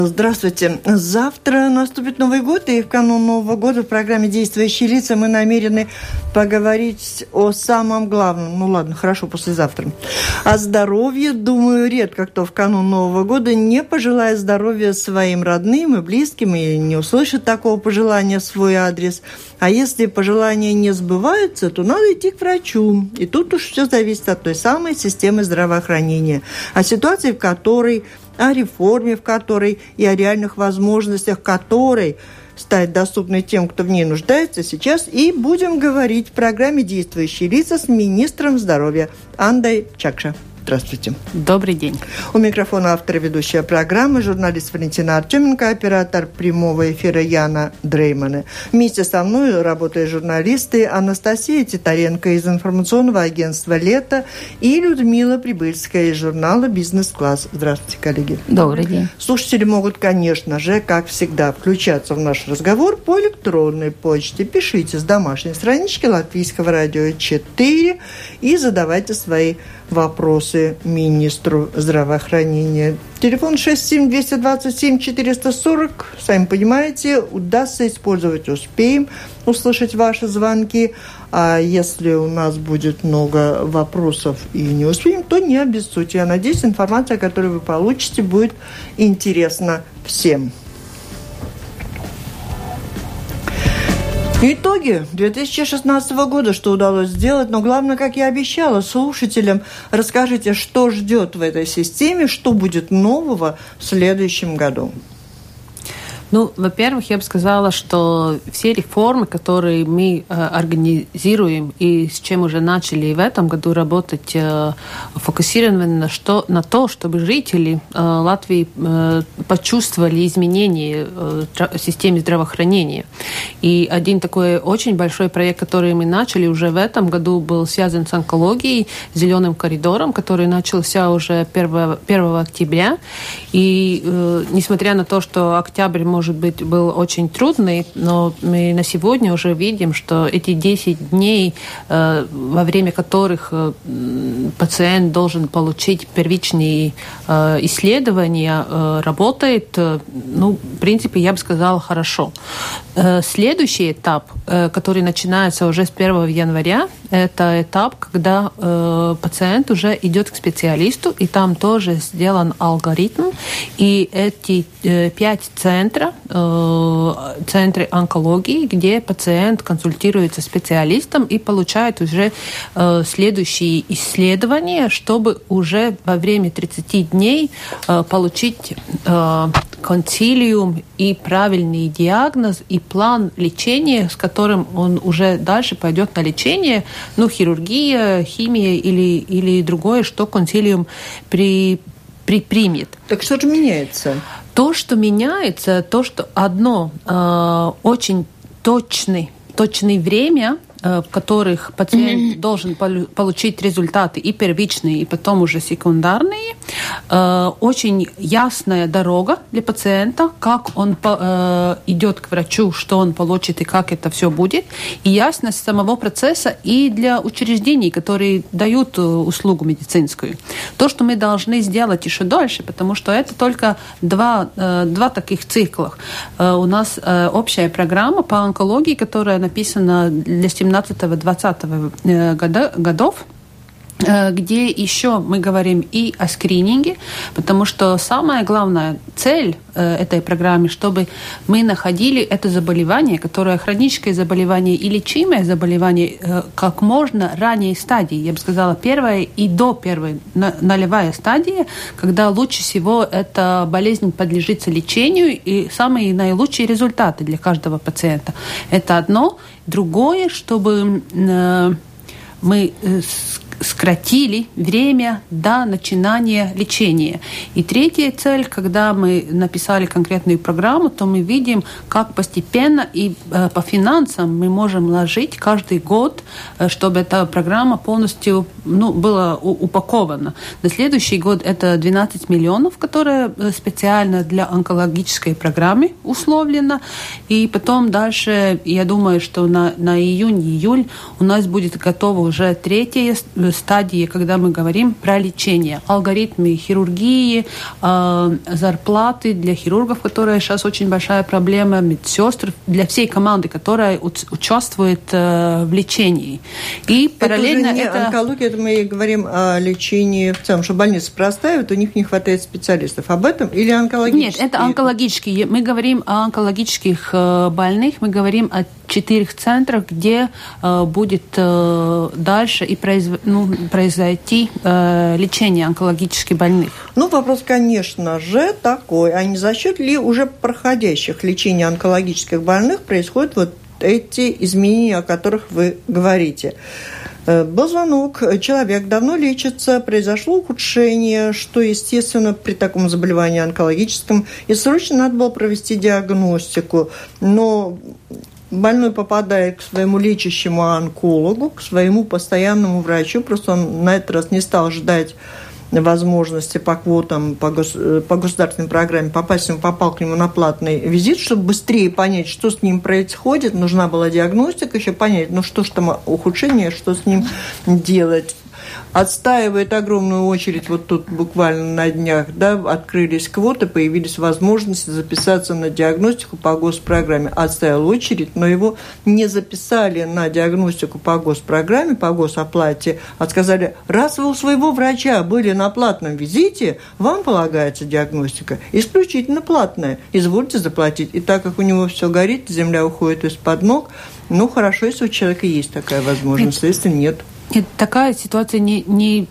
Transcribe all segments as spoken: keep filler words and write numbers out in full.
Здравствуйте. Завтра наступит Новый год, и в канун Нового года в программе «Действующие лица» мы намерены поговорить о самом главном. Ну ладно, хорошо, послезавтра. О здоровье, думаю, редко кто в канун Нового года не пожелает здоровья своим родным и близким, и не услышит такого пожелания в свой адрес. А если пожелания не сбываются, то надо идти к врачу. И тут уж все зависит от той самой системы здравоохранения, о ситуации, в которой... о реформе, в которой и о реальных возможностях которой стать доступной тем, кто в ней нуждается, сейчас и будем говорить в программе «Действующие лица» с министром здоровья Андой Чакша. Здравствуйте. Добрый день. У микрофона автор и ведущая программы, журналист Валентина Артеменко, оператор прямого эфира Яна Дреймана. Вместе со мной работают журналисты Анастасия Титаренко из информационного агентства «Лето» и Людмила Прибыльская из журнала «Бизнес-класс». Здравствуйте, коллеги. Добрый день. Слушатели могут, конечно же, как всегда, включаться в наш разговор по электронной почте. Пишите с домашней странички Латвийского радио четыре и задавайте свои вопросы министру здравоохранения. Телефон шесть семь два два семь четыре сорок. Сами понимаете, удастся использовать, успеем услышать ваши звонки. А если у нас будет много вопросов и не успеем, то не обессудьте. Я надеюсь, информация, которую вы получите, будет интересна всем. Итоги две тысячи шестнадцатого года, что удалось сделать, но главное, как я обещала, слушателям расскажите, что ждет в этой системе, что будет нового в следующем году. Ну, во-первых, я бы сказала, что все реформы, которые мы э, организируем и с чем уже начали в этом году работать, э, фокусированы на, что, на то, чтобы жители э, Латвии э, почувствовали изменения э, в системе здравоохранения. И один такой очень большой проект, который мы начали уже в этом году, был связан с онкологией, зеленым коридором, который начался уже первого октября. И э, несмотря на то, что октябрь может может быть, был очень трудный, но мы на сегодня уже видим, что эти десять дней, э, во время которых э, пациент должен получить первичные э, исследования, э, работает, э, ну, в принципе, я бы сказала, хорошо. Э, следующий этап, э, который начинается уже с первого января, это этап, когда э, пациент уже идет к специалисту, и там тоже сделан алгоритм, и эти э, пять центров, центры онкологии, где пациент консультируется с специалистом и получает уже э, следующие исследования, чтобы уже во время тридцати дней э, получить э, консилиум и правильный диагноз и план лечения, с которым он уже дальше пойдет на лечение, ну, хирургия, химия или, или другое, что консилиум при, предпримет. Так что же меняется? То, что меняется, то, что одно э, очень точный, точное время, э, в которых пациент mm-hmm. должен полу- получить результаты и первичные, и потом уже секундарные, э, очень ясная дорога для пациента, как он по, э, идет к врачу, что он получит и как это все будет, и ясность самого процесса и для учреждений, которые дают услугу медицинскую. То, что мы должны сделать еще дальше, потому что это только два, э, два таких цикла. Э, у нас э, общая программа по онкологии, которая написана для семнадцатого-двадцатого э, года, годов, где еще мы говорим и о скрининге, потому что самая главная цель э, этой программы, чтобы мы находили это заболевание, которое хроническое заболевание и лечимое заболевание, э, как можно ранее стадии. Я бы сказала, первая и до первой на, нулевая стадия, когда лучше всего эта болезнь подлежит лечению и самые наилучшие результаты для каждого пациента. Это одно. Другое, чтобы э, мы э, сократили время до начинания лечения. И третья цель, когда мы написали конкретную программу, то мы видим, как постепенно и э, по финансам мы можем ложить каждый год, э, чтобы эта программа полностью ну, была у- упакована. На следующий год это двенадцать миллионов, которые специально для онкологической программы условлено. И потом дальше, я думаю, что на, на июнь-июль у нас будет готова уже третья стадии, когда мы говорим про лечение. Алгоритмы хирургии, э, зарплаты для хирургов, которые сейчас очень большая проблема, медсестр, для всей команды, которая участвует э, в лечении. И параллельно это... Уже не это... онкология, это мы говорим о лечении в целом, что больницы простаивают, у них не хватает специалистов. Об этом или онкологические? Нет, это онкологические. Мы говорим о онкологических э, больных, мы говорим о четырех центрах, где э, будет э, дальше и произв... ну, произойти э, лечение онкологических больных. Ну, вопрос, конечно же, такой. А не за счет ли уже проходящих лечения онкологических больных происходят вот эти изменения, о которых вы говорите? Был звонок, человек давно лечится, произошло ухудшение, что, естественно, при таком заболевании онкологическом, и срочно надо было провести диагностику. Но больной попадает к своему лечащему онкологу, к своему постоянному врачу, просто он на этот раз не стал ждать возможности по квотам, по, гос, по государственной программе попасть, он попал к нему на платный визит, чтобы быстрее понять, что с ним происходит. Нужна была диагностика, еще понять, ну что ж там ухудшение, что с ним делать. Отстаивает огромную очередь, вот тут буквально на днях, да, открылись квоты, появились возможности записаться на диагностику по госпрограмме. Отстоял очередь, но его не записали на диагностику по госпрограмме, по госоплате, а сказали, раз вы у своего врача были на платном визите, вам полагается диагностика исключительно платная, извольте заплатить. И так как у него все горит, земля уходит из-под ног, ну хорошо, если у человека есть такая возможность, если нет. Нет, такая ситуация не, не,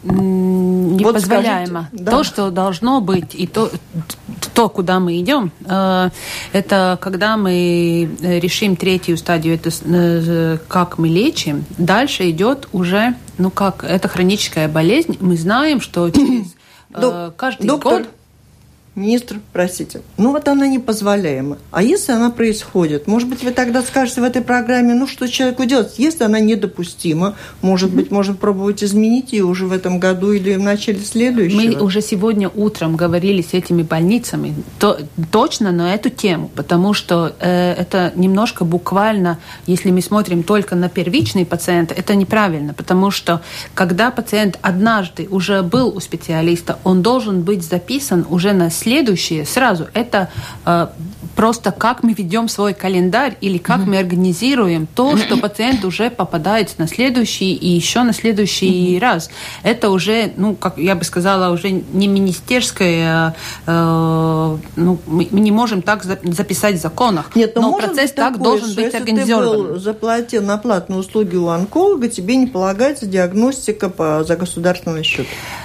не вот позволяема. Скажите, да. То, что должно быть, и то, то куда мы идем, э, это когда мы решим третью стадию, это э, как мы лечим, дальше идет уже, ну как, это хроническая болезнь. Мы знаем, что через э, каждый Доктор. год... Министр, простите, ну вот она непозволяема. А если она происходит? Может быть, вы тогда скажете в этой программе, ну что человеку делать? Если она недопустима, может быть, можно пробовать изменить ее уже в этом году или в начале следующего? Мы уже сегодня утром говорили с этими больницами то, точно на эту тему, потому что э, это немножко буквально, если мы смотрим только на первичный пациент, это неправильно, потому что когда пациент однажды уже был у специалиста, он должен быть записан уже на следующее сразу. Это э, просто как мы ведем свой календарь или как mm-hmm. мы организируем то, что пациент уже попадает на следующий и еще на следующий mm-hmm. раз. Это уже, ну, как я бы сказала, уже не министерское, э, ну, мы не можем так записать в законах, Нет, но, но процесс так такое, должен быть если организован. Если ты был, заплатил на платные услуги у онколога, тебе не полагается диагностика по, за государственный счет.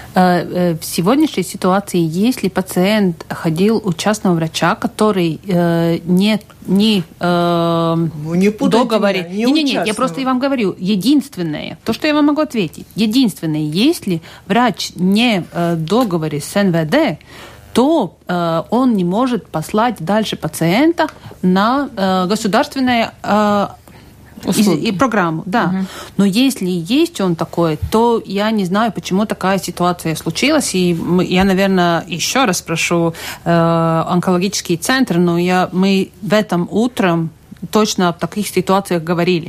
В сегодняшней ситуации, если пациент ходил у частного врача, который э, не, не э, не договоре... Не, не, не, не, я просто и вам говорю, единственное, то, что я вам могу ответить, единственное, если врач не в договоре с эн вэ дэ, то э, он не может послать дальше пациента на э, государственное э, И, и программу, да. Угу. Но если есть он такой, то я не знаю, почему такая ситуация случилась. И мы, я, наверное, еще раз спрошу э, онкологический центр, но я, мы в этом утром точно о таких ситуациях говорили.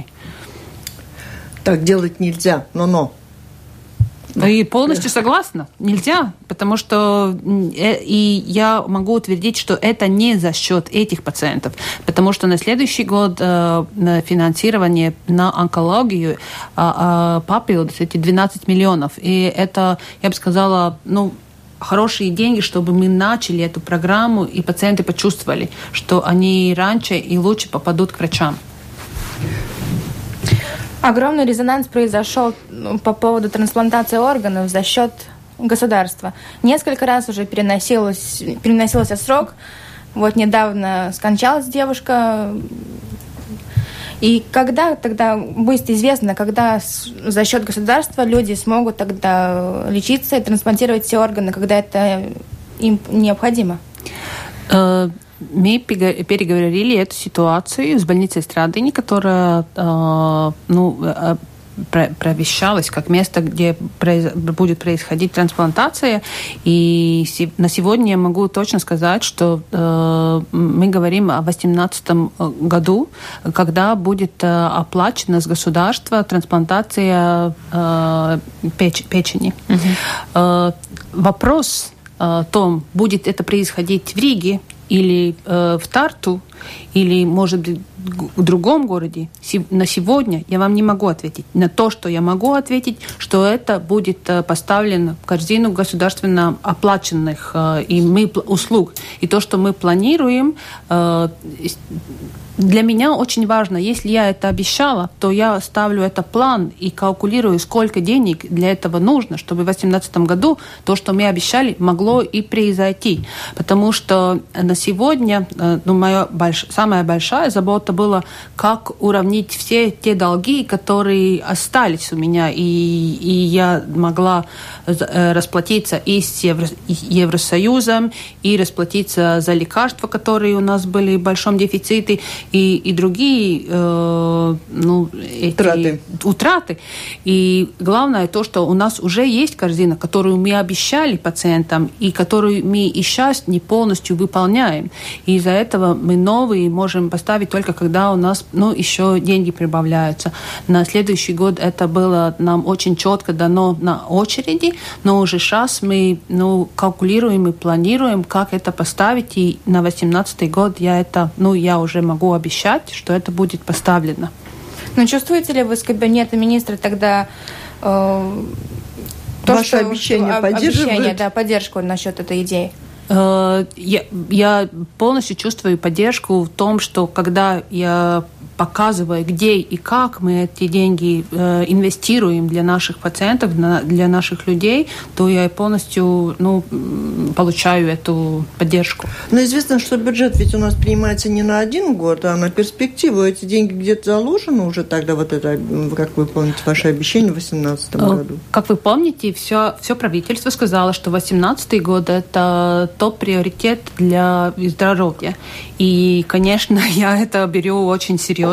Так делать нельзя, но-но. И полностью согласна. Нельзя, потому что и я могу утвердить, что это не за счет этих пациентов, потому что на следующий год э, финансирование на онкологию э, э, попилось эти двенадцать миллионов. И это, я бы сказала, ну, хорошие деньги, чтобы мы начали эту программу, и пациенты почувствовали, что они раньше и лучше попадут к врачам. Огромный резонанс произошел по поводу трансплантации органов за счет государства. Несколько раз уже переносилось, переносился срок. Вот недавно скончалась девушка. И когда тогда будет известно, когда за счет государства люди смогут тогда лечиться и трансплантировать все органы, когда это им необходимо? Мы переговорили эту ситуацию с больницей Страдыни, которая, ну, провещалось как место, где произ... будет происходить трансплантация. И си... на сегодня я могу точно сказать, что э, мы говорим о две тысячи восемнадцатом году, когда будет э, оплачена с государства трансплантация э, печ... печени. Угу. Э, вопрос о том, будет это происходить в Риге или э, в Тарту, или, может быть, в другом городе, на сегодня я вам не могу ответить. На то, что я могу ответить, что это будет поставлено в корзину государственно оплаченных э, и мы, услуг. И то, что мы планируем, э, для меня очень важно, если я это обещала, то я ставлю это план и калкулирую, сколько денег для этого нужно, чтобы в две тысячи восемнадцатом году то, что мы обещали, могло и произойти. Потому что на сегодня, ну, моя больш... самая большая забота была, как уравнить все те долги, которые остались у меня, и, и я могла расплатиться и с Евро... Евросоюзом, и расплатиться за лекарства, которые у нас были в большом дефиците, И, и другие э, ну, эти утраты. утраты. И главное то, что у нас уже есть корзина, которую мы обещали пациентам, и которую мы и сейчас не полностью выполняем. И из-за этого мы новые можем поставить только когда у нас ну, еще деньги прибавляются. На следующий год это было нам очень четко дано на очереди, но уже сейчас мы ну, калкулируем и планируем, как это поставить. И на две тысячи восемнадцатый год я это, ну, я уже могу обещать, что это будет поставлено. Но чувствуете ли вы с кабинета министра тогда э, то, ваше что, обещание что, поддерживает? Обещание, да, поддержку насчет этой идеи? Э, я, я полностью чувствую поддержку в том, что когда я показывая, где и как мы эти деньги э, инвестируем для наших пациентов, на, для наших людей, то я полностью ну, получаю эту поддержку. Но известно, что бюджет ведь у нас принимается не на один год, а на перспективу. Эти деньги где-то заложены уже тогда, вот это, как вы помните, ваше обещание в две тысячи восемнадцатом году? Как вы помните, все, все правительство сказало, что две тысячи восемнадцатый год – это топ-приоритет для здоровья. И, конечно, я это беру очень серьезно.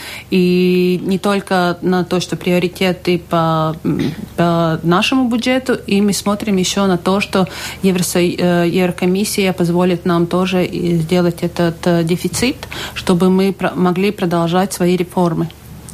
И не только на то, что приоритеты по, по нашему бюджету, и мы смотрим еще на то, что Евросо... Еврокомиссия позволит нам тоже сделать этот дефицит, чтобы мы могли продолжать свои реформы.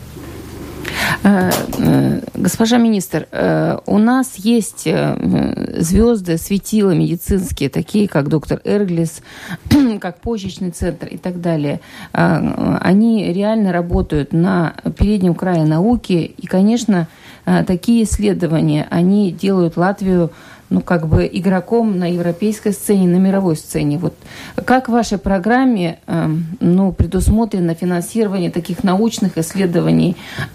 Госпожа министр, у нас есть звезды, светила медицинские, такие как доктор Эрглис, как почечный центр и так далее. Они реально работают на переднем крае науки, и, конечно, такие исследования, они делают Латвию ну, как бы игроком на европейской сцене, на мировой сцене. Вот как в вашей программе э, ну, предусмотрено финансирование таких научных исследований,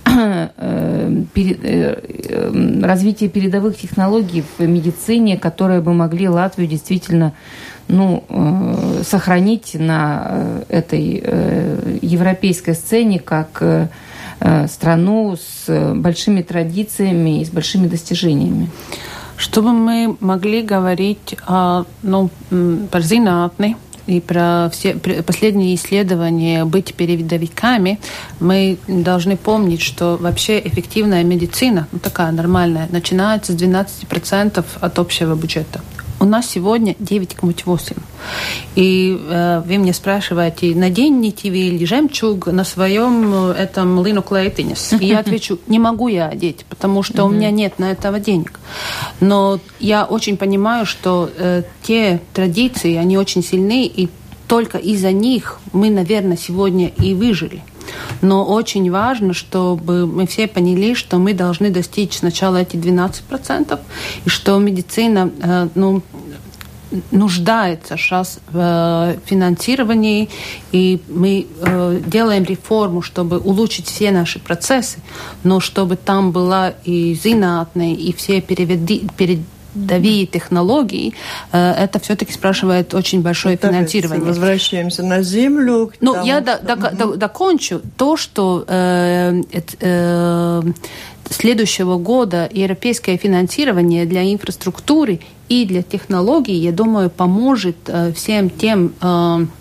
э, пере, э, развитие передовых технологий в медицине, которые бы могли Латвию действительно ну, э, сохранить на этой э, европейской сцене как э, страну с большими традициями и с большими достижениями? Чтобы мы могли говорить о, ну, про зinātni и про все последние исследования, быть передовиками, мы должны помнить, что вообще эффективная медицина, ну, такая нормальная, начинается с двенадцати процентов от общего бюджета. У нас сегодня девять целых восемь десятых. И э, вы меня спрашиваете, наденете вы или жемчуг на своем этом лину клейтинес? И я отвечу, не могу я одеть, потому что uh-huh. у меня нет на этого денег. Но я очень понимаю, что э, те традиции, они очень сильны, и только из-за них мы, наверное, сегодня и выжили. Но очень важно, чтобы мы все поняли, что мы должны достичь сначала эти двенадцать процентов, и что медицина э, ну, нуждается сейчас в финансировании, и мы э, делаем реформу, чтобы улучшить все наши процессы, но чтобы там была и зinātne, и все переведи, перед передовые технологии, это все-таки спрашивает очень большое так, финансирование. Возвращаемся на землю. Ну, тому, я что... до, до, до, докончу то, что э, э, следующего года европейское финансирование для инфраструктуры и для технологий, я думаю, поможет э, всем тем э,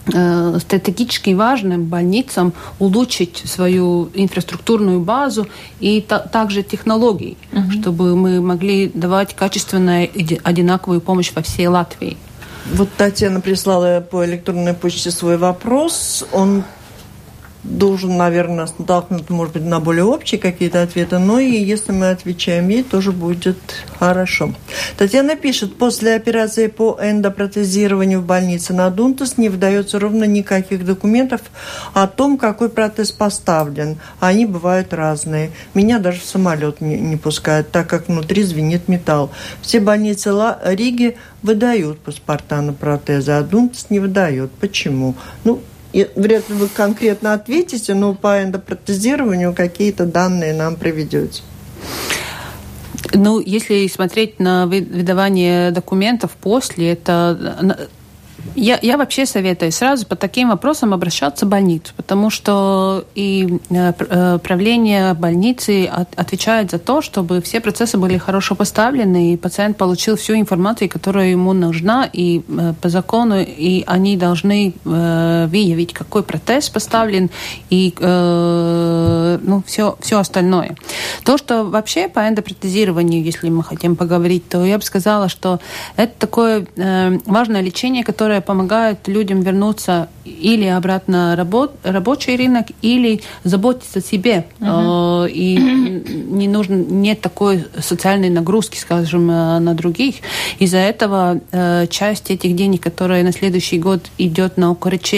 стратегически важным больницам улучшить свою инфраструктурную базу и та- также технологии, угу. чтобы мы могли давать качественную и одинаковую помощь во всей Латвии. Вот Татьяна прислала по электронной почте свой вопрос. Он должен, наверное, натолкнуть, может быть, на более общие какие-то ответы, но и если мы отвечаем ей, тоже будет хорошо. Татьяна пишет, после операции по эндопротезированию в больнице на Дунтас не выдается ровно никаких документов о том, какой протез поставлен. Они бывают разные. Меня даже в самолет не, не пускают, так как внутри звенит металл. Все больницы Риги выдают паспорта на протезы, а Дунтас не выдает. Почему? Ну, и вряд ли вы конкретно ответите, но по эндопротезированию какие-то данные нам приведете. Ну, если смотреть на выдавание документов после, это... Я, я вообще советую сразу по таким вопросам обращаться в больницу, потому что и э, правление больницы от, отвечает за то, чтобы все процессы были хорошо поставлены, и пациент получил всю информацию, которая ему нужна, и э, по закону, и они должны э, выявить, какой протез поставлен, и э, ну, все, все остальное. То, что вообще по эндопротезированию, если мы хотим поговорить, то я бы сказала, что это такое э, важное лечение, которое помогает людям вернуться или обратно на работ, рабочий рынок, или заботиться о себе. Uh-huh. И не нужно, нет такой социальной нагрузки, скажем, на других. Из-за этого часть этих денег, которая на следующий год идет на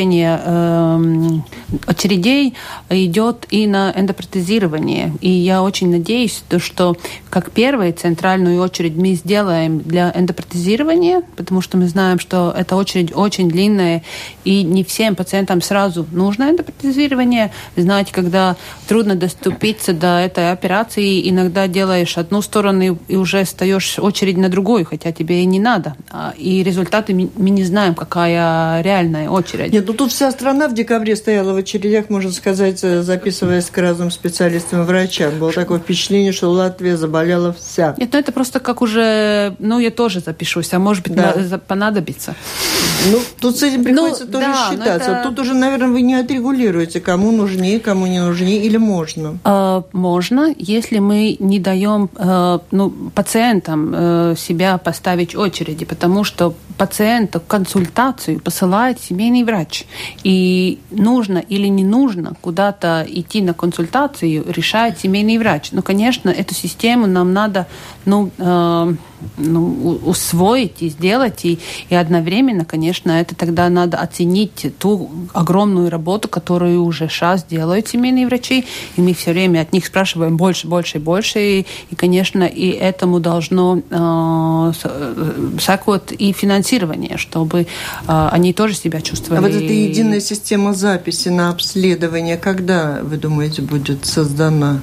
укорочение очередей, идет и на эндопротезирование. И я очень надеюсь, что как первую центральную очередь мы сделаем для эндопротезирования, потому что мы знаем, что эта очередь очень длинная, и не всем пациентам сразу нужно эндопротезирование. Знаете, когда трудно доступиться до этой операции, иногда делаешь одну сторону и уже встаешь в очередь на другую, хотя тебе и не надо. И результаты мы не знаем, какая реальная очередь. Нет, ну тут вся страна в декабре стояла в очередях, можно сказать, записываясь к разным специалистам и врачам. Было такое впечатление, что Латвия заболела вся. Нет, ну это просто как уже... Ну, я тоже запишусь, а может быть, да. на, понадобится. Ну, тут с этим приходится ну, тоже да, считаться. Это... Тут уже, наверное, вы не отрегулируете, кому нужнее, кому не нужнее, или можно? Э, можно, если мы не даем э, ну, пациентам э, себя поставить в очереди, потому что пациента в консультацию посылает семейный врач. И нужно или не нужно куда-то идти на консультацию, решает семейный врач. Но, конечно, эту систему нам надо ну, э, ну, усвоить и сделать. И, и одновременно, конечно, это тогда надо оценить ту огромную работу, которую уже сейчас делают семейные врачи. И мы все время от них спрашиваем больше, больше и больше. И, и конечно, и этому должно э, саквот и финансирование, чтобы э, они тоже себя чувствовали. А вот эта единая система записи на обследование, когда, вы думаете, будет создана?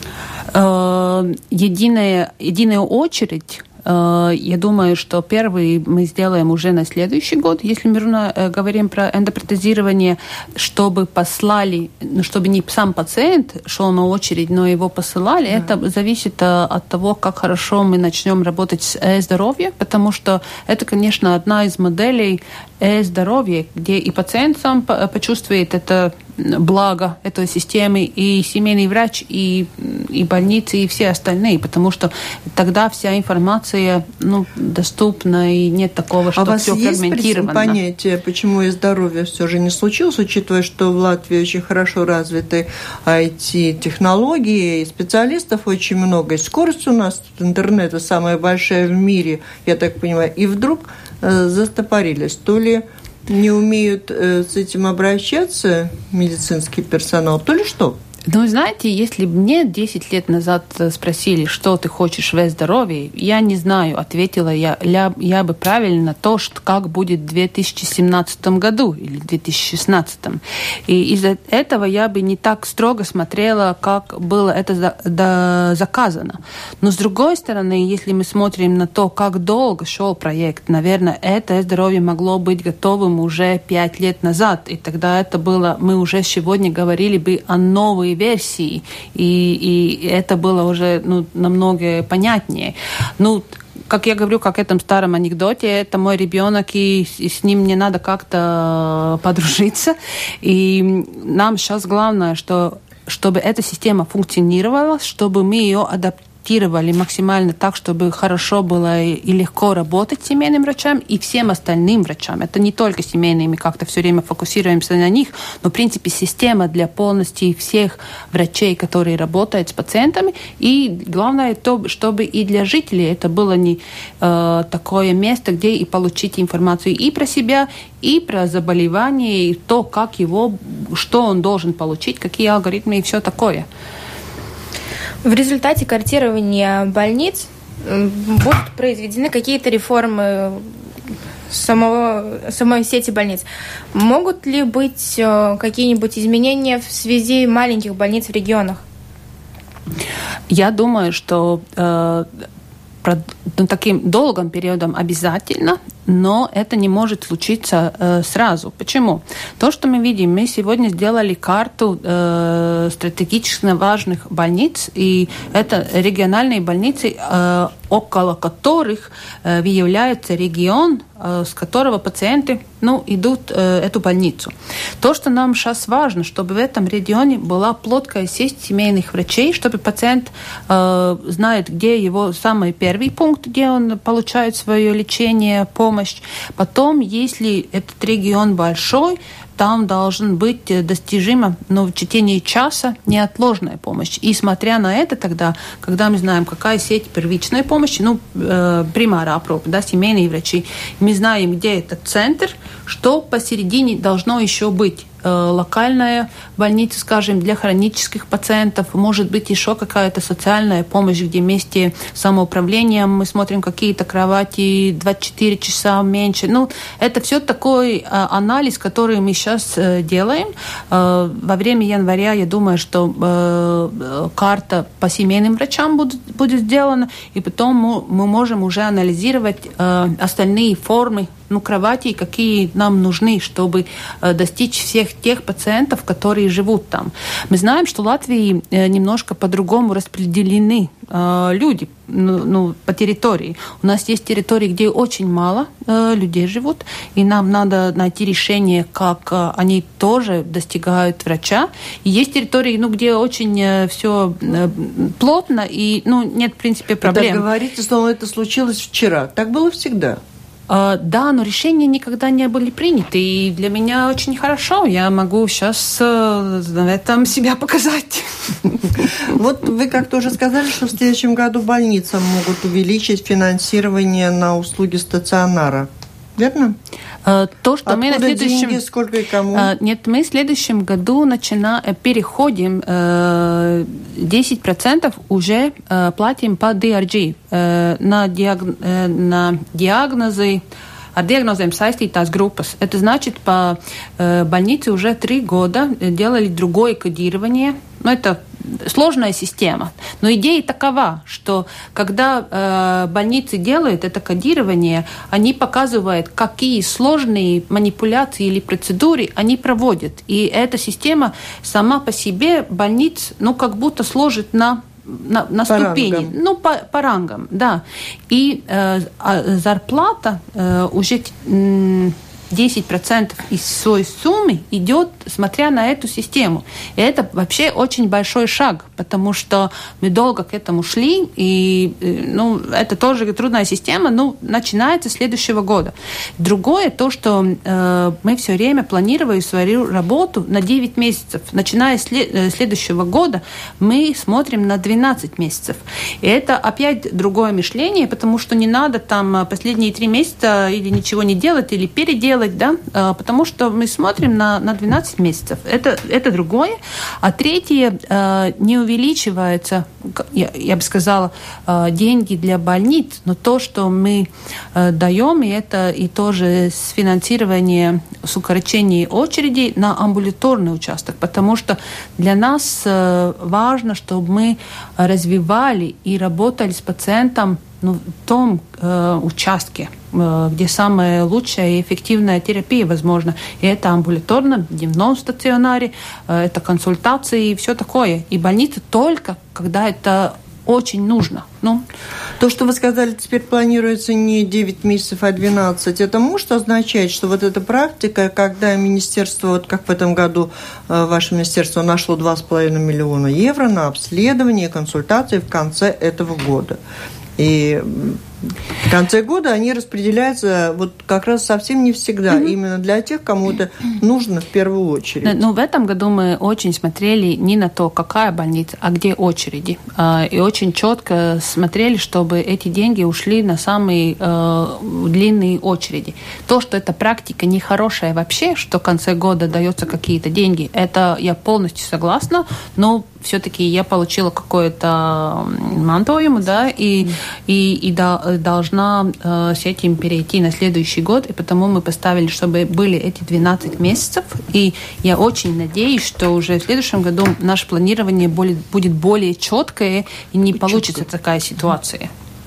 Э, единая, единая очередь... Я думаю, что первый мы сделаем уже на следующий год, если мы говорим про эндопротезирование, чтобы послали, чтобы не сам пациент шел на очередь, но его посылали. Mm-hmm. Это зависит от того, как хорошо мы начнем работать с э-здоровьем, потому что это, конечно, одна из моделей э-здоровья, где и пациент сам почувствует это благо этой системы, и семейный врач, и, и больницы, и все остальные, потому что тогда вся информация ну, доступна, и нет такого, что а все фрагментировано. А у вас есть понятие, почему и здоровье все же не случилось, учитывая, что в Латвии очень хорошо развиты ай ти-технологии, и специалистов очень много, и скорость у нас тут интернета самая большая в мире, я так понимаю, и вдруг э, застопорились, то ли не умеют э, с этим обращаться медицинский персонал, то ли что? Ну, знаете, если бы мне десять лет назад спросили, что ты хочешь в здоровье, я не знаю, ответила я, я, я бы правильно то, что как будет в две тысячи семнадцатом году или в две тысячи шестнадцатом. И из-за этого я бы не так строго смотрела, как было это за, да, заказано. Но с другой стороны, если мы смотрим на то, как долго шел проект, наверное, это здоровье могло быть готовым уже пять лет назад. И тогда это было, мы уже сегодня говорили бы о новой версии, и, и это было уже ну, намного понятнее. Ну, как я говорю, как в этом старом анекдоте, это мой ребенок, и, и с ним не надо как-то подружиться. И нам сейчас главное, что чтобы эта система функционировала, чтобы мы ее адаптировали максимально так, чтобы хорошо было и, и легко работать семейным врачам и всем остальным врачам. Это не только семейные, мы как-то все время фокусируемся на них, но, в принципе, система для полностью всех врачей, которые работают с пациентами. И главное, то, чтобы и для жителей это было не э, такое место, где и получить информацию и про себя, и про заболевание, и то, как его, что он должен получить, какие алгоритмы и все такое. В результате картирования больниц будут произведены какие-то реформы самого, самой сети больниц. Могут ли быть какие-нибудь изменения в связи маленьких больниц в регионах? Я думаю, что э, ну, таким долгим периодом обязательно, но это не может случиться э, сразу. Почему? То, что мы видим, мы сегодня сделали карту э, стратегически важных больниц, и это региональные больницы, э, около которых э, является регион, э, с которого пациенты ну, идут э, эту больницу. То, что нам сейчас важно, чтобы в этом регионе была плотная сеть семейных врачей, чтобы пациент э, знает, где его самый первый пункт, где он получает свое лечение, помощь. Потом, если этот регион большой, там должен быть достижима, но в течение часа неотложная помощь. И смотря на это тогда, когда мы знаем, какая сеть первичной помощи, ну, э, примара апропа, да, семейные врачи, мы знаем, где этот центр, что посередине должно еще быть. Локальная больница, скажем, для хронических пациентов, может быть еще какая-то социальная помощь, где вместе с самоуправлением мы смотрим какие-то кровати двадцать четыре часа меньше. Ну, это все такой анализ, который мы сейчас делаем. Во время января, я думаю, что карта по семейным врачам будет, будет сделана, и потом мы, мы можем уже анализировать остальные формы ну, кровати, какие нам нужны, чтобы э, достичь всех тех пациентов, которые живут там. Мы знаем, что в Латвии э, немножко по-другому распределены э, люди ну, ну, по территории. У нас есть территории, где очень мало э, людей живут, и нам надо найти решение, как э, они тоже достигают врача. И есть территории, ну, где очень э, все э, плотно, и ну, нет, в принципе, проблем. Вы так говорите, что это случилось вчера. Так было всегда. Uh, да, но решения никогда не были приняты, и для меня очень хорошо. Я могу сейчас uh, в этом себя показать. Вот вы как-то уже сказали, что в следующем году больницам могут увеличить финансирование на услуги стационара. Верно? Uh, то, что Откуда мы на следующем... деньги, сколько и кому? Uh, нет, мы в следующем году начина... переходим, uh, десять процентов уже uh, платим по ди ар джи, uh, на, диаг... uh, на диагнозы, ar диагнозом saistītās группas. Это значит, по uh, больнице уже три года делали другое кодирование. Ну, это сложная система. Но идея такова, что когда э, больницы делают это кодирование, они показывают, какие сложные манипуляции или процедуры они проводят. И эта система сама по себе больниц, ну, как будто сложит на на, на ступени, рангам. ну, по, по рангам, да. И э, зарплата э, уже... М- десять процентов из своей суммы идет, смотря на эту систему. И это вообще очень большой шаг, потому что мы долго к этому шли, и ну, это тоже трудная система, но начинается с следующего года. Другое то, что э, мы все время планируем свою работу на девять месяцев. Начиная с след- следующего года мы смотрим на двенадцать месяцев. И это опять другое мышление, потому что не надо там последние три месяца или ничего не делать, или переделать, да, потому что мы смотрим на, на двенадцать месяцев. Это, это другое. А третье, не увеличивается, я, я бы сказала, деньги для больниц, но то, что мы даем, и это и тоже с финансированием, с укорочением очередей на амбулаторный участок, потому что для нас важно, чтобы мы развивали и работали с пациентом ну, в том э, участке, э, где самая лучшая и эффективная терапия возможна. И это амбулаторно, в дневном стационаре, э, это консультации и все такое. И больница только, когда это очень нужно. Ну, то, что вы сказали, теперь планируется не девять месяцев, а двенадцать, это может означать, что вот эта практика, когда министерство, вот как в этом году ваше министерство нашло два с половиной миллиона евро на обследование, консультации в конце этого года. И в конце года они распределяются вот как раз совсем не всегда, mm-hmm. именно для тех, кому это нужно в первую очередь. Ну, в этом году мы очень смотрели не на то, какая больница, а где очереди. И очень четко смотрели, чтобы эти деньги ушли на самые э, длинные очереди. То, что эта практика нехорошая вообще, что в конце года даются какие-то деньги, это я полностью согласна, но все-таки я получила какое-то мантуему, да, и, и, и да, должна э, с этим перейти на следующий год, и потому мы поставили, чтобы были эти двенадцать месяцев, и я очень надеюсь, что уже в следующем году наше планирование будет, будет более четкое, и не Чуть-чуть. получится такая ситуация.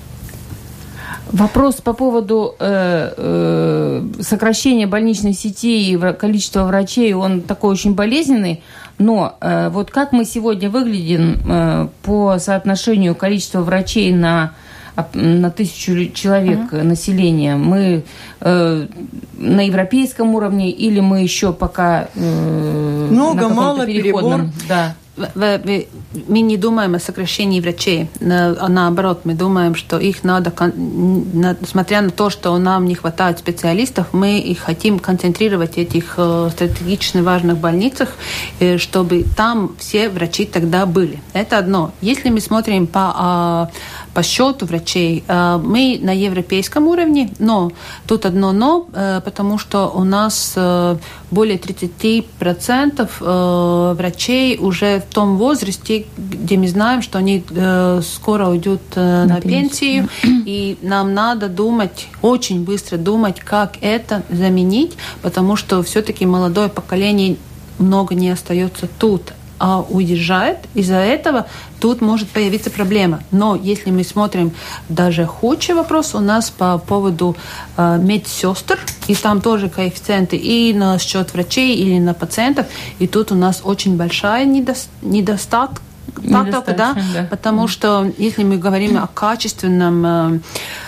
Вопрос по поводу э, э, сокращения больничной сети и количества врачей, он такой очень болезненный. Но э, вот как мы сегодня выглядим э, по соотношению количества врачей на, на тысячу человек uh-huh. населения? Мы э, на европейском уровне или мы еще пока э, много, мало, перебор? Да. Мы не думаем о сокращении врачей. Наоборот, мы думаем, что их надо, несмотря на то, что нам не хватает специалистов, мы их хотим концентрировать в этих стратегически важных больницах, чтобы там все врачи тогда были. Это одно. Если мы смотрим по, по счету врачей, мы на европейском уровне, но тут одно но, потому что у нас более тридцать процентов врачей уже в том возрасте, где мы знаем, что они э, скоро уйдут э, на, на пенсию, пенсию, и нам надо думать, очень быстро думать, как это заменить, потому что все-таки молодое поколение много не остается тут, а уезжает. Из-за этого тут может появиться проблема. Но если мы смотрим даже худший вопрос у нас по поводу э, медсестр, и там тоже коэффициенты и на счет врачей, или на пациентов, и тут у нас очень большая недо- недостаток, да? Да. Потому что если мы говорим о качественном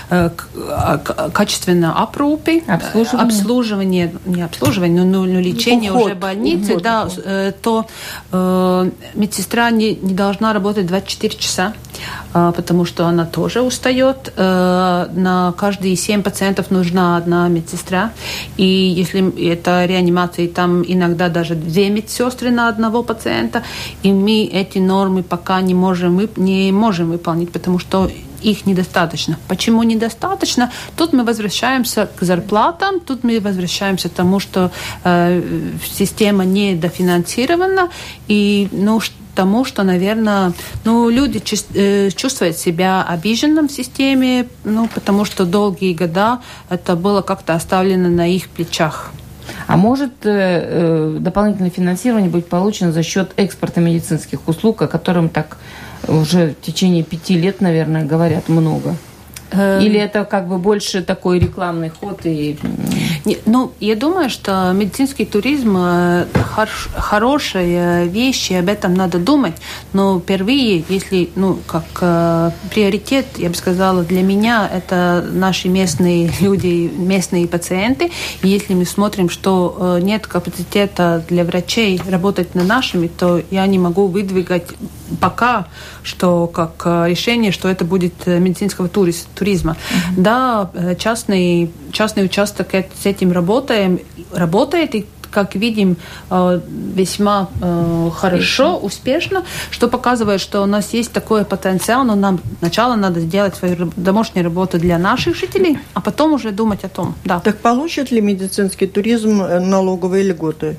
качественной опрупе, обслуживание, обслуживание не обслуживание, но, но лечение уход, уже больницы, уход, да, уход. то э, медсестра не, не должна работать двадцать четыре часа, э, потому что она тоже устает. Э, на каждые семь пациентов нужна одна медсестра. И если это реанимация, там иногда даже две медсестры на одного пациента, и мы эти нормы пока не можем, не можем выполнить, потому что их недостаточно. Почему недостаточно? Тут мы возвращаемся к зарплатам, тут мы возвращаемся к тому, что э, система недофинансирована, и ну, тому, что, наверное, ну, люди э, чувствуют себя обиженным в системе, ну, потому что долгие года это было как-то оставлено на их плечах. А может э, дополнительное финансирование быть получено за счет экспорта медицинских услуг, о котором так уже в течение пяти лет, наверное, говорят много? Или это как бы больше такой рекламный ход? И... Ну, я думаю, что медицинский туризм хор- хорошая вещь, и об этом надо думать. Но впервые, если, ну, как э, приоритет, я бы сказала, для меня это наши местные люди, местные пациенты. И если мы смотрим, что э, нет капацитета для врачей работать над нашими, то я не могу выдвигать пока, что как решение, что это будет медицинского туриз- туризма. Mm-hmm. Да, частный, частный участок с этим работаем, работает, и, как видим, весьма хорошо, успешно, что показывает, что у нас есть такой потенциал, но нам сначала надо сделать свою домашнюю работу для наших жителей, а потом уже думать о том. Да. Так получит ли медицинский туризм налоговые льготы?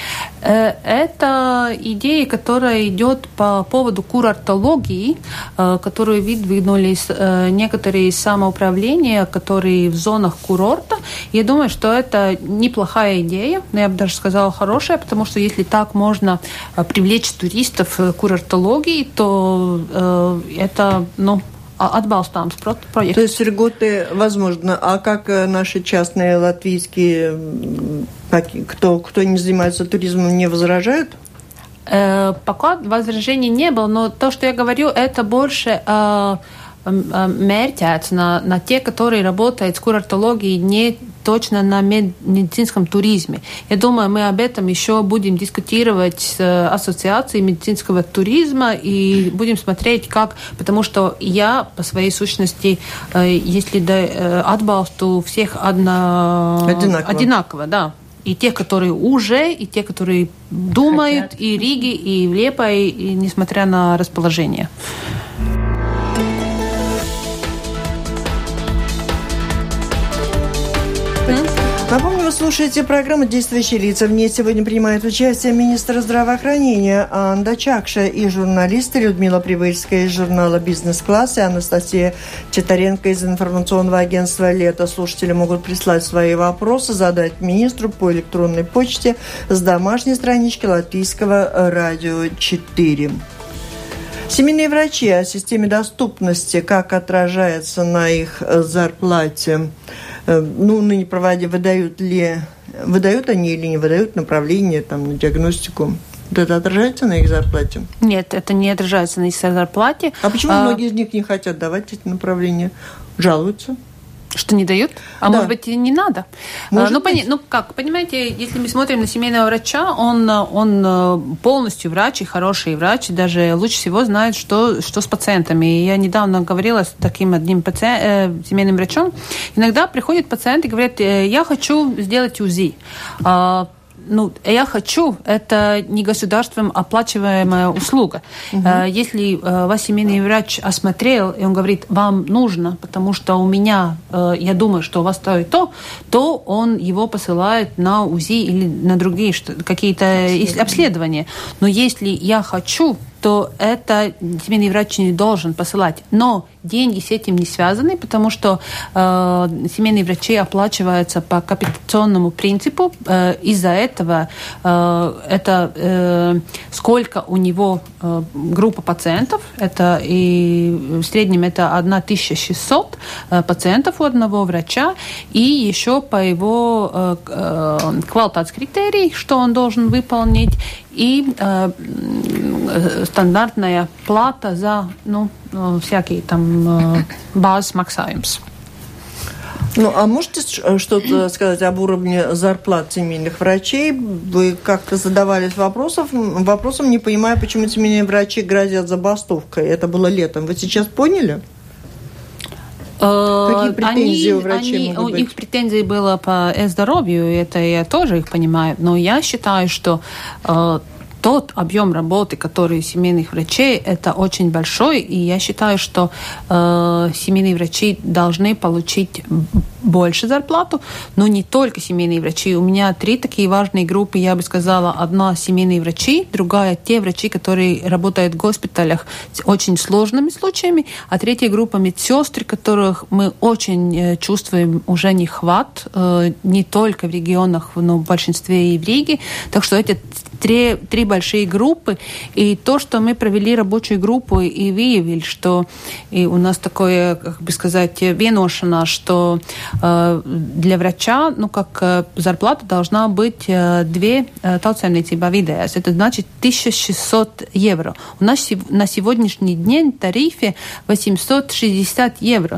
Это идея, которая идет по поводу курортологии, которую выдвинули некоторые самоуправления, которые в зонах курорта. Я думаю, что это неплохая идея, но я бы даже сказала хорошая, потому что если так можно привлечь туристов к курортологии, то это, ну, отбалстаемс проект. То есть льготы возможно. А как наши частные латвийские, кто, кто не занимается туризмом, не возражают? Э, пока возражений не было, но то, что я говорю, это больше э, э, мērķēts на, на те, которые работают с курортологией не точно на медицинском туризме. Я думаю, мы об этом еще будем дискутировать с Ассоциацией медицинского туризма и будем смотреть, как... Потому что я, по своей сущности, если отбалсту всех одно... одинаково. одинаково, да. И те, которые уже, и те, которые думают, хотят. И Риги, и в Лиепае, и несмотря на расположение. Напомню, вы слушаете программу «Действующие лица». В ней сегодня принимают участие министр здравоохранения Анда Чакша и журналисты Людмила Привыльская из журнала «Бизнес-класс» и Анастасия Титаренко из информационного агентства «Лето». Слушатели могут прислать свои вопросы, задать министру по электронной почте с домашней странички Латвийского радио четыре. Семейные врачи о системе доступности, как отражается на их зарплате. Ну, ныне проводя, выдают ли, выдают они или не выдают направление там, на диагностику? Вот это отражается на их зарплате? Нет, это не отражается на их зарплате. А почему а... многие из них не хотят давать эти направления? Жалуются? Что не дают? А да. Может быть, и не надо? Может ну, быть. Пони- ну, как, понимаете, если мы смотрим на семейного врача, он, он полностью врач и хороший врач, и даже лучше всего знает, что, что с пациентами. И я недавно говорила с таким одним паци... э, семейным врачом. Иногда приходит пациент и говорит, я хочу сделать УЗИ. Ну, я хочу, это не государством оплачиваемая услуга. Угу. Если вас семейный врач осмотрел, и он говорит, вам нужно, потому что у меня, я думаю, что у вас то и то, то он его посылает на УЗИ или на другие какие-то обследования. обследования. Но если я хочу, то это семейный врач не должен посылать. Но деньги с этим не связаны, потому что э, семейные врачи оплачиваются по капитационному принципу. Э, из-за этого э, это э, сколько у него э, группа пациентов, это и в среднем это тысяча шестьсот э, пациентов у одного врача, и еще по его э, э, квалитатскритерий, что он должен выполнить, и э, стандартная плата за ну, всякие там э, базис maksājums. Ну, а можете что-то сказать об уровне зарплат семейных врачей? Вы как-то задавались вопросом, вопросом, не понимая, почему семейные врачи грозят забастовкой. Это было летом. Вы сейчас поняли? Какие претензии они, у врачей они, могут быть? Их претензии было по здоровью, и это я тоже их понимаю. Но я считаю, что э, тот объем работы, который у семейных врачей, это очень большой, и я считаю, что э, семейные врачи должны получить больше зарплату, но не только семейные врачи. У меня три такие важные группы, я бы сказала. Одна семейные врачи, другая те врачи, которые работают в госпиталях с очень сложными случаями, а третья группа медсестры, которых мы очень чувствуем уже нехват, не только в регионах, но в большинстве и в Риге. Так что эти три, три большие группы. И то, что мы провели рабочую группу и выявили, что и у нас такое, как бы сказать, веношено, что для врача, ну, как зарплата должна быть две tautsēmniecībā vidējās. Это значит тысяча шестьсот евро. У нас на сегодняшний день в тарифе восемьсот шестьдесят евро.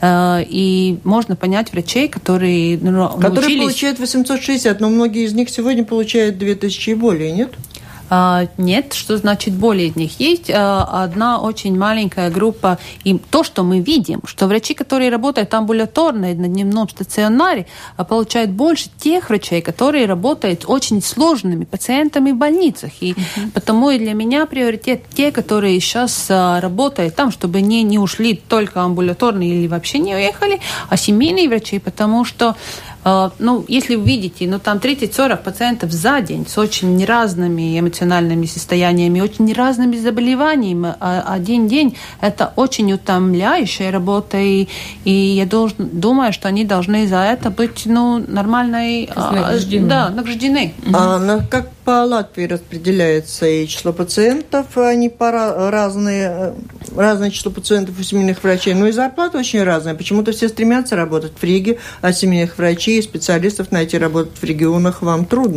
И можно понять врачей, которые научились... Которые получают восемьсот шестьдесят, но многие из них сегодня получают две тысячи и более, нет? Нет, что значит более из них? Есть одна очень маленькая группа, и то, что мы видим, что врачи, которые работают амбулаторно и на дневном стационаре, получают больше тех врачей, которые работают с очень сложными пациентами в больницах. И uh-huh. потому и для меня приоритет те, которые сейчас работают там, чтобы не, не ушли только амбулаторно или вообще не уехали, а семейные врачи, потому что ну, если вы видите, ну, там тридцать-сорок пациентов за день с очень разными эмоциональными состояниями, очень разными заболеваниями. А один день – это очень утомляющая работа, и, и я должен, думаю, что они должны за это быть, ну, нормальной… Награждены. Да, награждены. А на, как по Латвии распределяется и число пациентов? Они пора, разные, разное число пациентов у семейных врачей, но и зарплата очень разная. Почему-то все стремятся работать в Риге, а семейных врачей и специалистов найти работать в регионах вам трудно.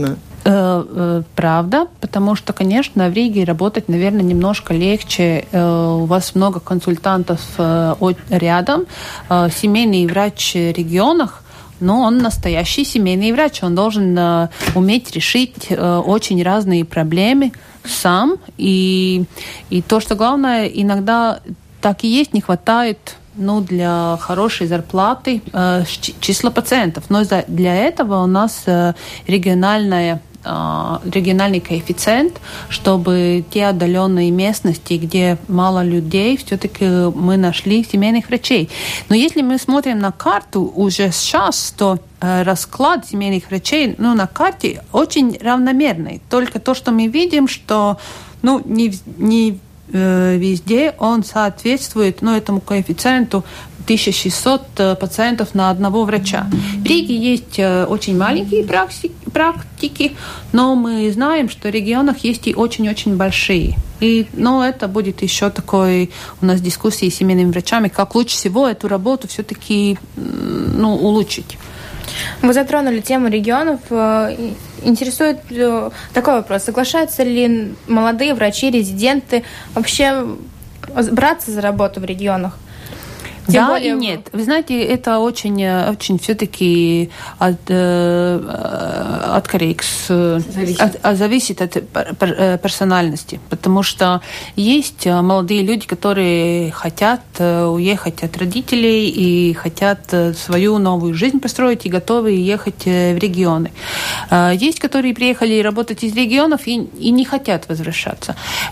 Правда, потому что, конечно, в Риге работать, наверное, немножко легче. У вас много консультантов рядом. Семейный врач в регионах, но он настоящий семейный врач. Он должен уметь решить очень разные проблемы сам. И, и то, что главное, иногда так и есть, не хватает ну, для хорошей зарплаты э, числа пациентов. Но за, для этого у нас э, региональная региональный коэффициент, чтобы те отдаленные местности, где мало людей, все-таки мы нашли семейных врачей. Но если мы смотрим на карту уже сейчас, то э, расклад семейных врачей ну, на карте очень равномерный. Только то, что мы видим, что ну, не, не э, везде он соответствует ну, этому коэффициенту тысяча шестьсот пациентов на одного врача. В Риге есть очень маленькие практики, но мы знаем, что в регионах есть и очень-очень большие. И, но это будет еще такой у нас дискуссии с семейными врачами, как лучше всего эту работу все-таки ну, улучшить. Вы затронули тему регионов. Интересует такой вопрос. Соглашаются ли молодые врачи, резиденты вообще браться за работу в регионах? Тем да более... и нет. Вы знаете, это очень, очень все-таки от, от коррекс, зависит. От, зависит от персональности. Потому что есть молодые люди, которые хотят уехать от родителей и хотят свою новую жизнь построить и готовы ехать в регионы. Есть, которые приехали работать из регионов и, и не хотят возвращаться.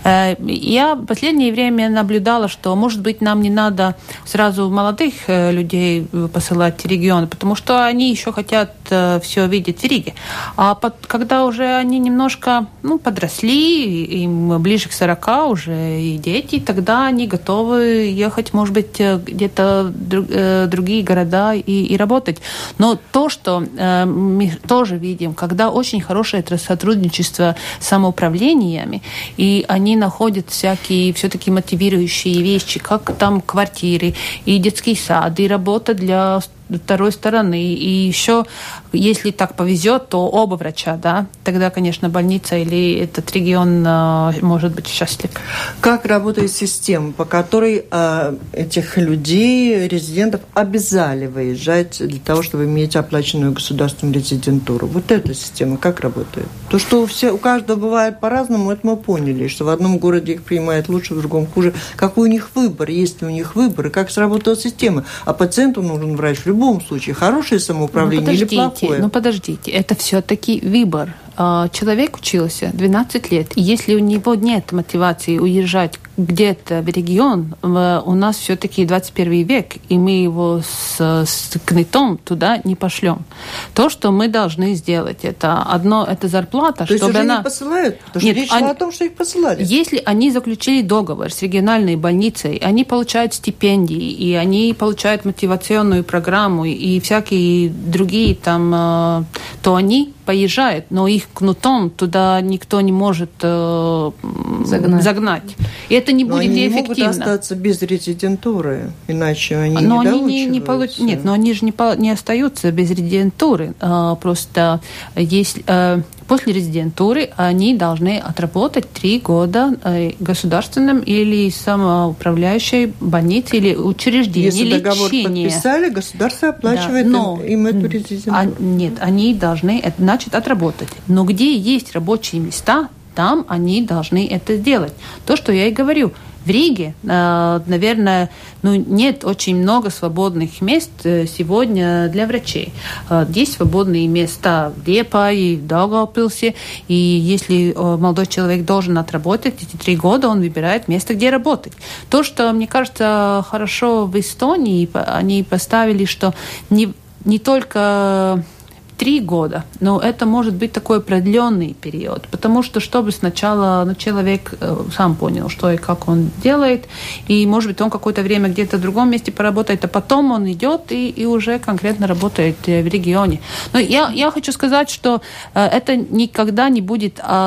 Я в последнее время наблюдала, что, может быть, нам не надо сразу молодых людей посылать в регионы, потому что они еще хотят все видеть в Риге. А под, когда уже они немножко ну, подросли, им ближе к сорока уже и дети, тогда они готовы ехать, может быть, где-то в другие города и, и работать. Но то, что э, мы тоже видим, когда очень хорошее сотрудничество с самоуправлениями, и они находят всякие все-таки мотивирующие вещи, как там квартиры и детские сад, и работа для второй стороны. И еще, если так повезет, то оба врача, да, тогда, конечно, больница или этот регион э, может быть счастлив. Как работает система, по которой э, этих людей, резидентов, обязали выезжать для того, чтобы иметь оплаченную государственную резидентуру? Вот эта система как работает? То, что у, все, у каждого бывает по-разному, это мы поняли, что в одном городе их принимают лучше, в другом хуже. Какой у них выбор, есть ли у них выбор, и как сработала система? А пациенту нужен врач в любом случае, хорошее самоуправление ну, или плохое? Ну, подождите, это все-таки выбор. Человек учился двенадцать лет, и если у него нет мотивации уезжать где-то в регион, у нас все-таки двадцать первый век, и мы его с, с кнутом туда не пошлем. То, что мы должны сделать, это одно, это зарплата, То чтобы есть уже она... не посылают? Потому что нет, речь шла о том, что их посылали. Если они заключили договор с региональной больницей, они получают стипендии, и они получают мотивационную программу, и всякие другие там, то они поезжают, но их кнутом туда никто не может э, загнать. загнать. И это не но будет они эффективно. Они могут остаться без резидентуры, иначе они но не они доучиваются. Не, не получ... Нет, но они же не, по... не остаются без резидентуры. А, просто если... А, после резидентуры они должны отработать три года в государственном или самоуправляющей больнице или учреждении Если лечения. договор подписали, государство оплачивает да, но, им, им эту резидентуру. А, нет, они должны, это значит, отработать. Но где есть рабочие места, там они должны это сделать. То, что я и говорю. В Риге, наверное, ну, нет очень много свободных мест сегодня для врачей. Есть свободные места в Лиепае, в Даугавпилсе, и если молодой человек должен отработать эти три года, он выбирает место, где работать. То, что, мне кажется, хорошо в Эстонии, они поставили, что не, не только... Три года, но это может быть такой продленный период, потому что чтобы сначала ну, человек э, сам понял, что и как он делает, и может быть он какое-то время где-то в другом месте поработает, а потом он идет и, и уже конкретно работает в регионе. Но я, я хочу сказать, что э, это никогда не будет... Э,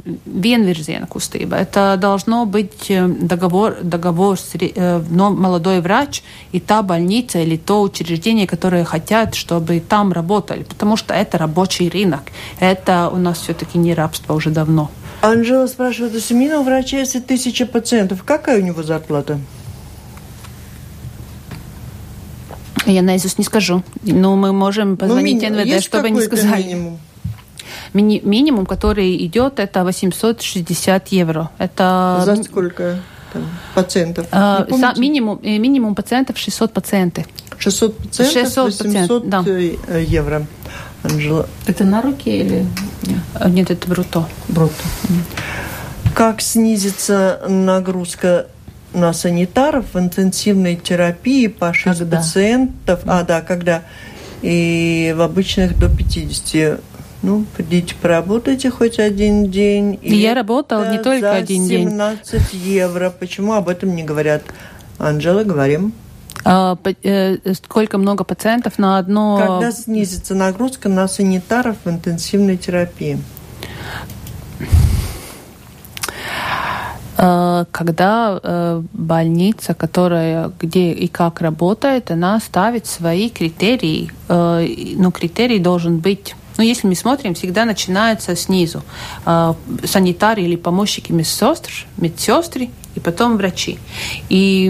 vienvirziena kustība. Это должно быть договор, договор с но молодой врач и та больница или то учреждение, которое хотят, чтобы там работали, потому что это рабочий рынок. Это у нас все-таки не рабство уже давно. Анжела спрашивает, у семейного врача, если тысяча пациентов, какая у него зарплата? Я наизусть не скажу. Но мы можем позвонить ну, эн вэ дэ, чтобы они сказали. Минимум? Мини- минимум, который идет, это восемьсот шестьдесят евро. Это... За сколько там, пациентов? А, са- минимум, минимум пациентов шестьсот пациентов. шестьсот пациентов, шестьсот восемьсот да. евро. Анжела. Это на руки или... Нет, Нет это бруто. Бруто. Mm. Как снизится нагрузка на санитаров в интенсивной терапии по шесть когда? пациентов? А, да, когда и в обычных до пятидесяти. Ну, придите, поработайте хоть один день. И я работала не только один день. семнадцать евро. Почему об этом не говорят? Анжела, говорим. А, э, сколько много пациентов на одно... Когда снизится нагрузка на санитаров в интенсивной терапии? Когда э, больница, которая где и как работает, она ставит свои критерии. Э, но критерий должен быть... Ну, если мы смотрим, всегда начинается снизу. Э, санитары или помощники медсестр, медсестры и потом врачи. И,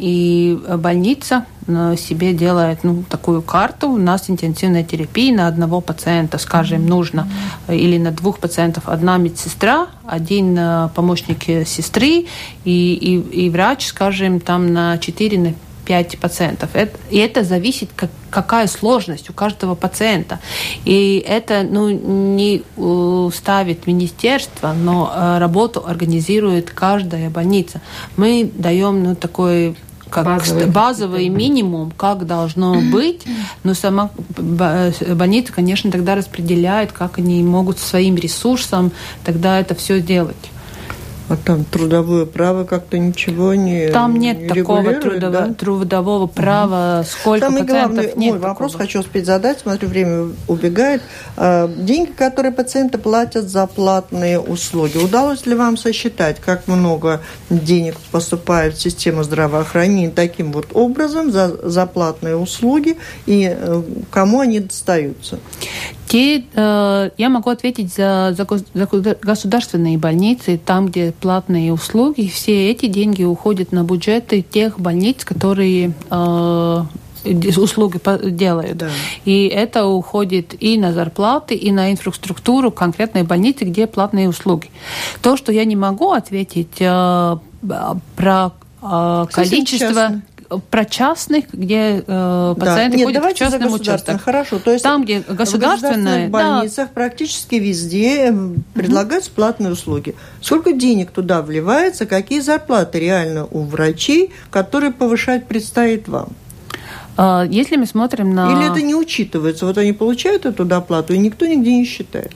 и больница себе делает ну, такую карту. У нас интенсивная терапия на одного пациента, скажем, нужно, или на двух пациентов одна медсестра, один помощник сестры и, и, и врач, скажем, там на четыре на пять пациентов. Это, и это зависит, как, какая сложность у каждого пациента. И это ну, не ставит министерство, но э, работу организирует каждая больница. Мы даем ну, такой... как базовый, базовый минимум, как должно быть, но сама больница, конечно, тогда распределяет, как они могут своим ресурсом тогда это все делать. А там трудовое право как-то ничего не Там нет не такого трудово, да? трудового права, угу. Сколько Самый пациентов главный, нет. Мой такого. вопрос хочу успеть задать, смотрю, время убегает. Деньги, которые пациенты платят за платные услуги, удалось ли вам сосчитать, как много денег поступает в систему здравоохранения таким вот образом за, за платные услуги и кому они достаются? Те, э, я могу ответить за, за, за государственные больницы, там, где платные услуги. Все эти деньги уходят на бюджеты тех больниц, которые э, услуги делают. Да. И это уходит и на зарплаты, и на инфраструктуру конкретной больницы, где платные услуги. То, что я не могу ответить э, про э, количество... Про частных, где э, пациенты да. Нет, ходят в частном участке. Хорошо. То есть там, где государственные... В больницах да. практически везде предлагаются mm-hmm. платные услуги. Сколько денег туда вливается, какие зарплаты реально у врачей, которые повышать предстоит вам? Uh, если мы смотрим на... Или это не учитывается? Вот они получают эту доплату, и никто нигде не считает.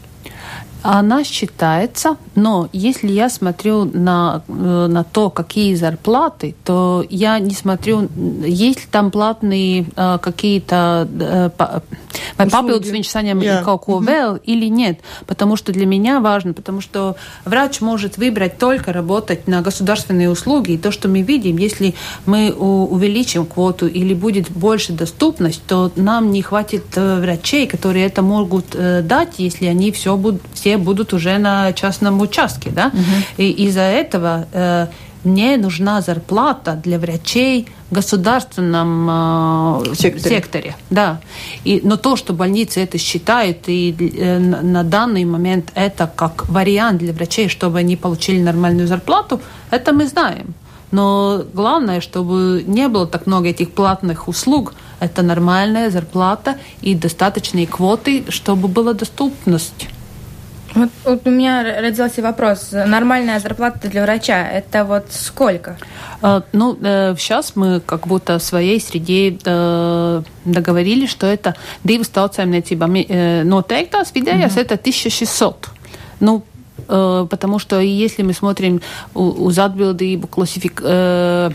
Она считается, но если я смотрю на, на то, какие зарплаты, то я не смотрю, есть ли там платные э, какие-то э, papildus viņš saņem yeah. kaut ko vēl mm-hmm. или нет. Потому что для меня важно, потому что врач может выбрать только работать на государственные услуги. И то, что мы видим, если мы увеличим квоту или будет больше доступность, то нам не хватит э, врачей, которые это могут э, дать, если они все будут, все будут уже на частном участке. Да? Uh-huh. И из-за этого э, мне нужна зарплата для врачей в государственном э, секторе. секторе да. И, но то, что больницы это считают, и э, на данный момент это как вариант для врачей, чтобы они получили нормальную зарплату, это мы знаем. Но главное, чтобы не было так много этих платных услуг, это нормальная зарплата и достаточные квоты, чтобы была доступность. Вот, вот у меня родился вопрос. Нормальная зарплата для врача – это вот сколько? Uh, ну, uh, сейчас мы как будто в своей среде uh, договорились, что это divas tautsājumniecībā uh, noteiktās vidējās, uh-huh. это тысяча шестьсот. Ну, uh, потому что если мы смотрим uz atbildību, классифик... Uh,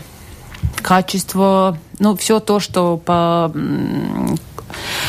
качество, ну, все то, что по...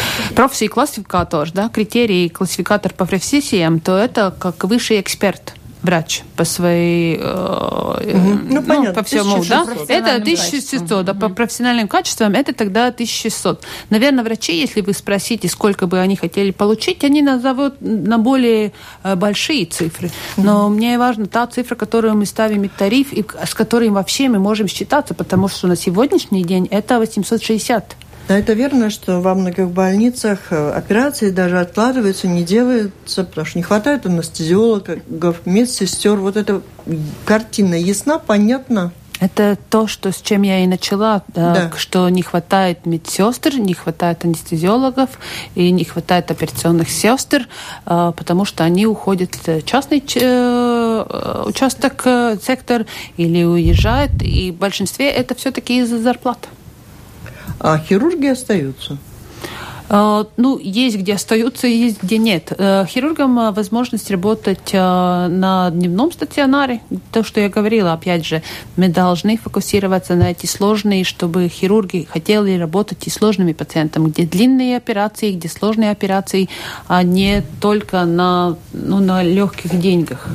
профессии классификатор, да, критерий классификатор по профессиям, то это как высший эксперт. врач по своей, э, угу. ну, ну, по всему, да, это тысяча шестьсот, да, по профессиональным качествам это тогда тысяча шестьсот. Наверное, врачи, если вы спросите, сколько бы они хотели получить, они назовут на более большие цифры. Но угу. мне важна та цифра, которую мы ставим и тариф, и с которой вообще мы можем считаться, потому что на сегодняшний день это восемьсот шестьдесят. Да, это верно, что во многих больницах операции даже откладываются, не делаются, потому что не хватает анестезиологов, медсестер. Вот эта картина ясна, понятна? Это то, что, с чем я и начала, да, да. Что не хватает медсестер, не хватает анестезиологов и не хватает операционных сестер, потому что они уходят в частный участок, сектор или уезжают, и в большинстве это все-таки из-за зарплат. А хирурги остаются? Ну, есть где остаются, есть где нет. Хирургам возможность работать на дневном стационаре. То, что я говорила, опять же, мы должны фокусироваться на эти сложные, чтобы хирурги хотели работать и с сложными пациентами, где длинные операции, где сложные операции, а не только на, ну, на легких деньгах.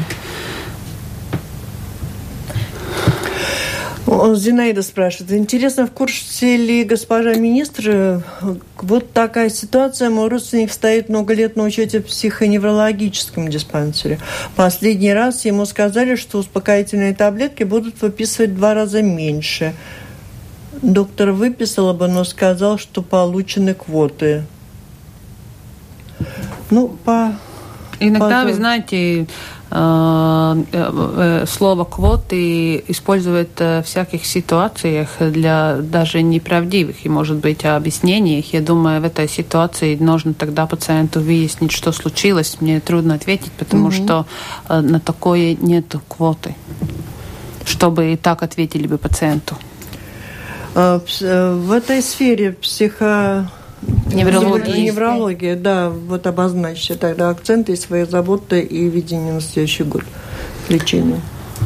Зинаида спрашивает, интересно, в курсе ли госпожа министр, вот такая ситуация, мой родственник стоит много лет на учете в психоневрологическом диспансере. Последний раз ему сказали, что успокоительные таблетки будут выписывать в два раза меньше. Доктор выписала бы, но сказал, что получены квоты. Ну, по... Иногда, по... вы знаете... слово «квоты» используют в всяких ситуациях для даже неправдивых и, может быть, объяснениях. Я думаю, в этой ситуации нужно тогда пациенту выяснить, что случилось. Мне трудно ответить, потому mm-hmm. что на такое нет квоты, чтобы и так ответили бы пациенту. В этой сфере психо... Неврология. Неврология, да, вот обозначьте тогда акценты и свои заботы и видение на следующий год. Лечение.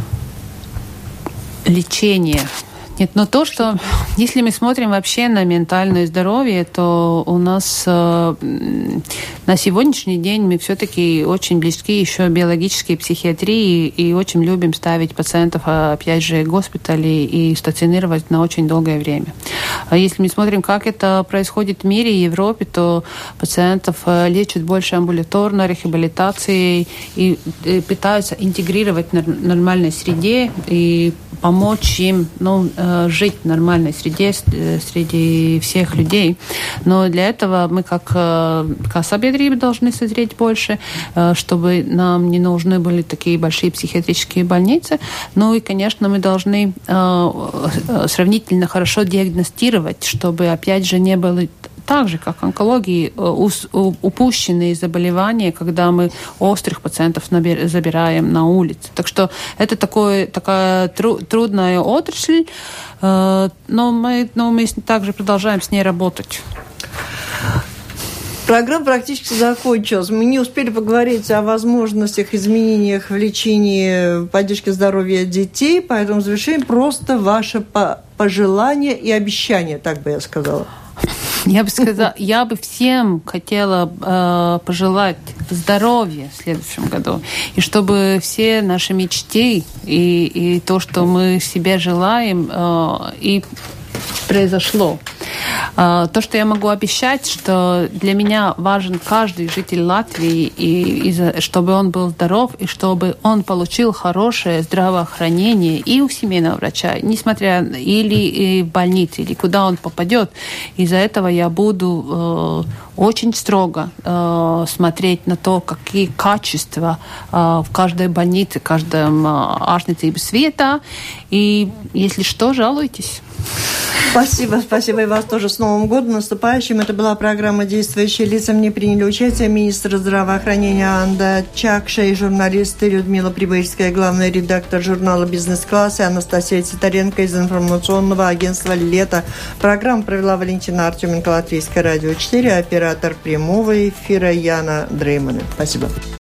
Лечение. Нет, но то, что если мы смотрим вообще на ментальное здоровье, то у нас э, на сегодняшний день мы все-таки очень близки еще биологической психиатрии и очень любим ставить пациентов, опять же, в госпитали и стационировать на очень долгое время. А если мы смотрим, как это происходит в мире и Европе, то пациентов лечат больше амбулаторно, реабилитацией и, и пытаются интегрировать в нормальной среде и помочь им, ну, жить в нормальной среде среди всех людей. Но для этого мы как, как собедребы должны созреть больше, чтобы нам не нужны были такие большие психиатрические больницы. Ну и, конечно, мы должны сравнительно хорошо диагностировать, чтобы, опять же, не было так же, как в онкологии, упущенные заболевания, когда мы острых пациентов забираем на улице. Так что это такое, такая тру, трудная отрасль, но мы, но мы также продолжаем с ней работать. Программа практически закончилась. Мы не успели поговорить о возможностях, изменениях в лечении, поддержке здоровья детей, поэтому завершим просто ваше пожелание и обещание, так бы я сказала. Я бы сказала, я бы всем хотела э, пожелать здоровья в следующем году. И чтобы все наши мечты и, и то, что мы себе желаем, э, и произошло. То, что я могу обещать, что для меня важен каждый житель Латвии, и, и чтобы он был здоров, и чтобы он получил хорошее здравоохранение и у семейного врача, несмотря или в больнице, или куда он попадет. Из-за этого я буду э, очень строго э, смотреть на то, какие качества э, в каждой больнице, в каждом ārstniecības света. И если что, жалуйтесь. Спасибо, спасибо и вас тоже с Новым годом наступающим. Это была программа «Действующие лица». В ней приняли участие министр здравоохранения Анда Чакша и журналисты Людмила Прибыльская, главный редактор журнала «Бизнес-класс», и Анастасия Титаренко из информационного агентства «Лето». Программу провела Валентина Артеменко, Латвийское радио четыре, оператор прямого эфира Яна Дреймана. Спасибо.